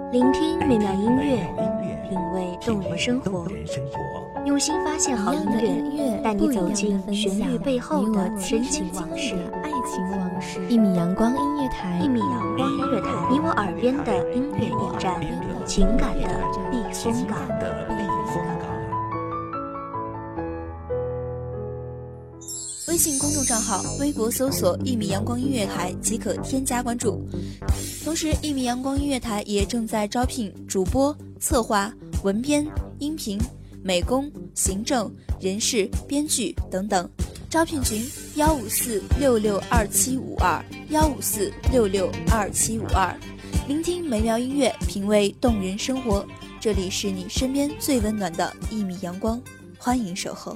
聆听美妙音乐，品味动人生活，用心发现好音乐，带你走进旋律背后的深情往事。 爱情往事，一米阳光音乐台， 一米阳光音乐台，你我耳边的音乐驿站，情感的避风港。 微信公众账号、微博搜索“一米阳光音乐台”即可添加关注。同时，一米阳光音乐台也正在招聘主播、策划、文编、音频、美工、行政、人事、编剧等等。招聘群154662752，154662752。聆听美妙音乐，品味动人生活。这里是你身边最温暖的一米阳光，欢迎守候。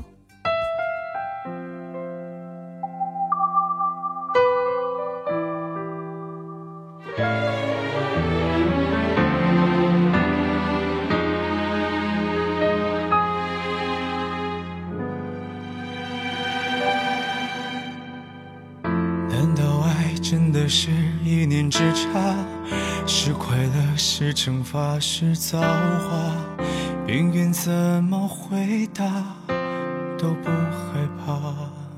真的是一念之差，是快乐，是惩罚，是造化，命运怎么回答都不害怕。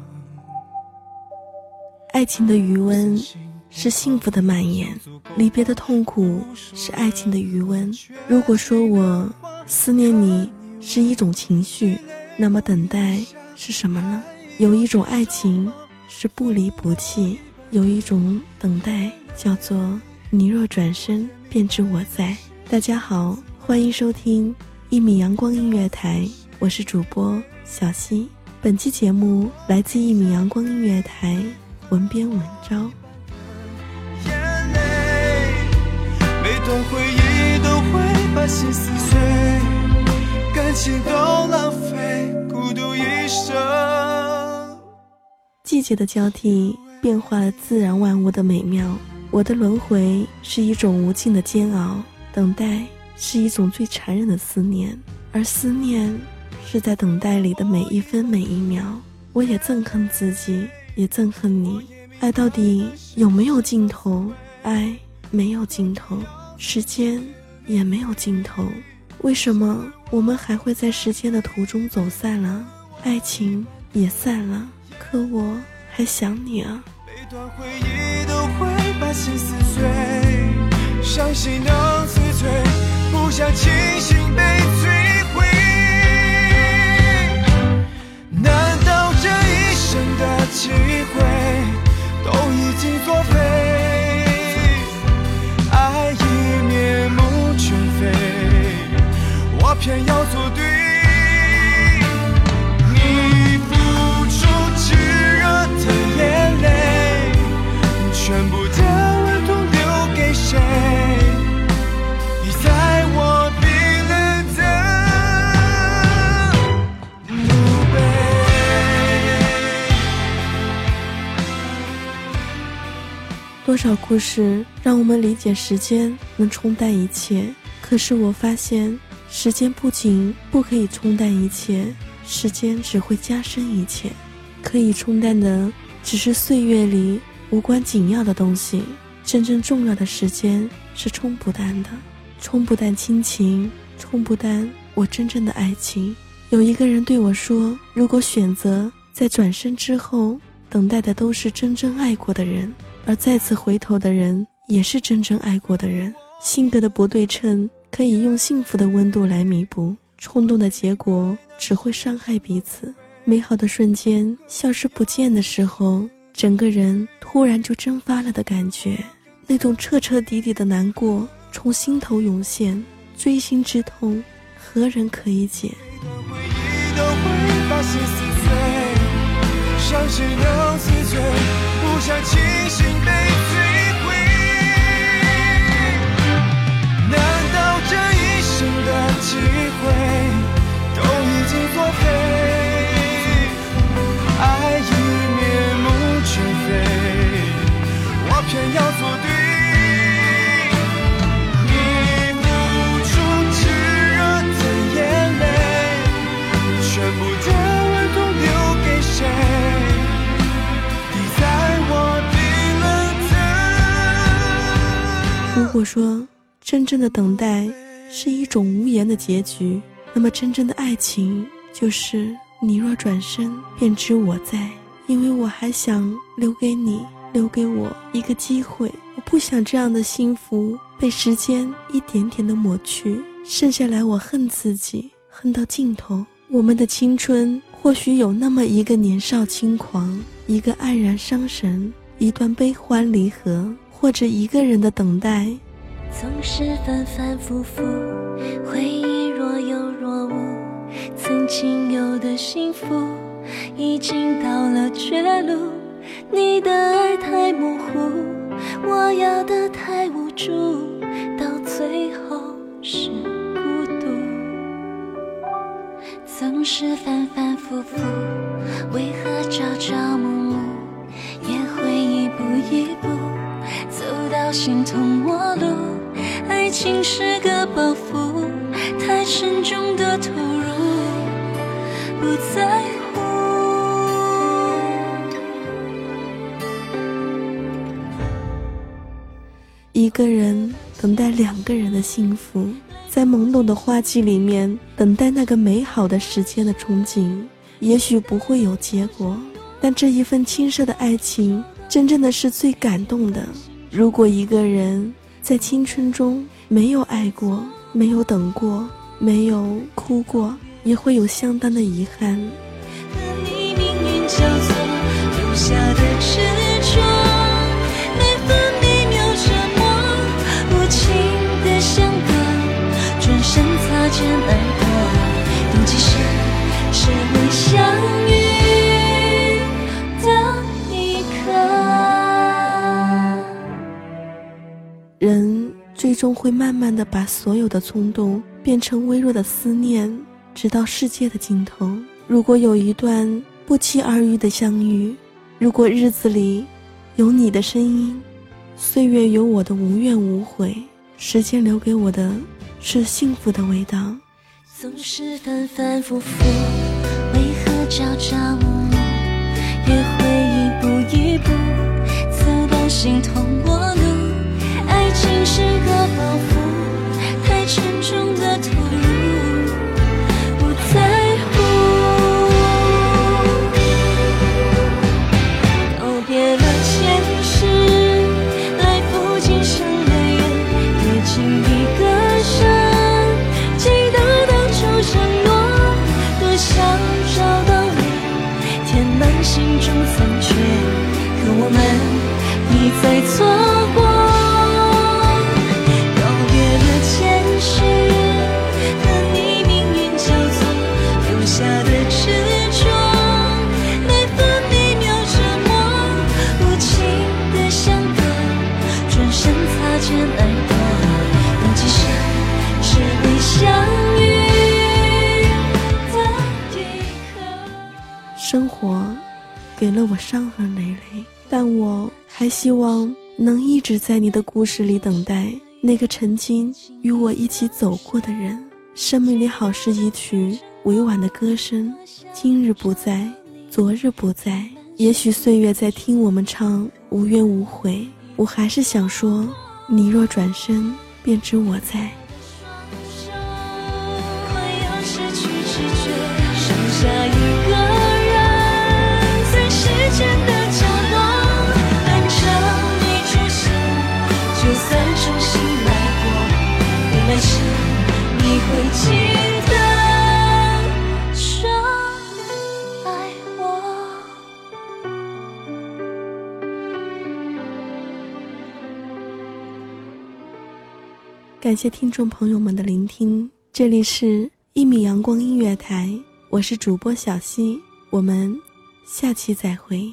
爱情的余温是幸福的蔓延，离别的痛苦是爱情的余温。如果说我思念你是一种情绪，那么等待是什么呢？有一种爱情是不离不弃，有一种等待叫做你若转身便知我在。大家好，欢迎收听一米阳光音乐台，我是主播小溪。本期节目来自一米阳光音乐台，文编文章。 眼泪，每段回忆都会把心撕碎，感情都浪费，孤独一生。 季节的交替变化了自然万物的美妙，我的轮回是一种无尽的煎熬，等待是一种最残忍的思念，而思念是在等待里的每一分每一秒。我也憎恨自己，也憎恨你。爱到底有没有尽头？爱没有尽头，时间也没有尽头。为什么我们还会在时间的途中走散了？爱情也散了，可我还想你啊。 每段回忆都会把心撕碎，伤心能自醉，不想清醒被摧毁。难道这一生的机会都已经作废？爱已面目全非，我偏要做对。全部的温度留给谁？你在我冰冷的墓碑。 多少故事让我们理解时间能冲淡一切，可是我发现时间不仅不可以冲淡一切，时间只会加深一切。可以冲淡的只是岁月里无关紧要的东西，真正重要的时间是冲不淡的，冲不淡亲情，冲不淡我真正的爱情。有一个人对我说，如果选择在转身之后等待的都是真正爱过的人，而再次回头的人也是真正爱过的人，性格的不对称可以用幸福的温度来弥补，冲动的结果只会伤害彼此。美好的瞬间消失不见的时候，整个人突然就蒸发了的感觉，那种彻彻底底的难过从心头涌现，锥心之痛何人可以解？ 回忆都会把心撕碎，伤心能自醉，不想清醒被摧毁。难道这一生的机会都已经作废？爱已面目全非，我偏要做对。你付出炙热的眼泪，全部的温度留给谁？滴在我冰冷的。 如果说真正的等待是一种无言的结局，那么真正的爱情就是你若转身便知我在，因为我还想留给你，留给我一个机会，我不想这样的幸福被时间一点点的抹去，剩下来我恨自己，恨到尽头。我们的青春或许有那么一个年少轻狂，一个黯然伤神，一段悲欢离合，或者一个人的等待。 总是反反复复，回忆若有若无，曾经有的幸福已经到了绝路，你的爱太模糊，我要的太无助，到最后是孤独。总是反反复复，为何朝朝暮暮也会一步一步走到形同陌路？爱情是个包袱，太沉重的投入，不在乎。 一个人等待两个人的幸福，在懵懂的花季里面等待那个美好的时间的憧憬，也许不会有结果，但这一份青涩的爱情真正的是最感动的。如果一个人在青春中没有爱过，没有等过，没有哭过，也会有相当的遗憾。 和你命运交错，留下的执着，每分每秒折磨，无情的相隔，转身擦肩而过，等几时是会相遇的一刻。 人最终会慢慢地把所有的冲动变成微弱的思念，直到世界的尽头。如果有一段不期而遇的相遇，如果日子里有你的声音，岁月有我的无怨无悔，时间留给我的是幸福的味道。 总是反反复复，为何朝朝暮暮也会一步一步走到形同陌路？爱情是个包袱，太沉重的投入，不在乎。告别了前世，来赴今生的缘，跌进一个山，记得当初承诺，多想找到你，填满心中残缺，可我们一再错过。下的执着，每分每秒折磨，无情的相隔，转身擦肩而过，等几时是会相遇的一刻。 生活给了我伤痕累累，但我还希望能一直在你的故事里等待那个曾经与我一起走过的人。生命里好是一曲委婉的歌声，今日不在，昨日不在，也许岁月在听我们唱无怨无悔，我还是想说，你若转身便知我在。 快要失去知觉，剩下一个人在时间的角落等着你出现，就算重新来过，未来时你会记得说爱我。 感谢听众朋友们的聆听，这里是1米阳光音乐台，我是主播小溪，我们下期再会。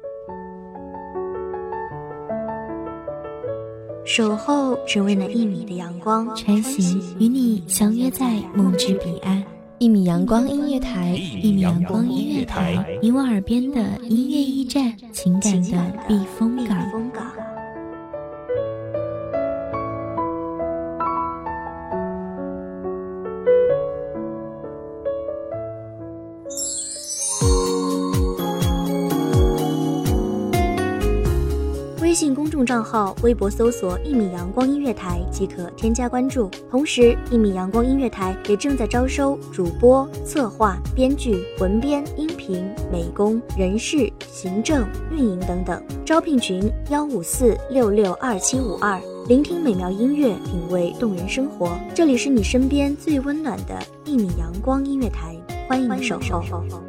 守候只为那1米的阳光， 穿行与你相约在梦之彼岸。1米阳光音乐台，1米阳光音乐台，你我耳边的音乐驿站，情感的避风港。 微信公众众账号微博搜索1米阳光音乐台即可添加关注。同时1米阳光音乐台也正在招收主播、策划、编剧、文编、音频、美工、人事、行政、运营等等。招聘群154662752，聆听美妙音乐，品味动人生活。这里是你身边最温暖的1米阳光音乐台，欢迎守候。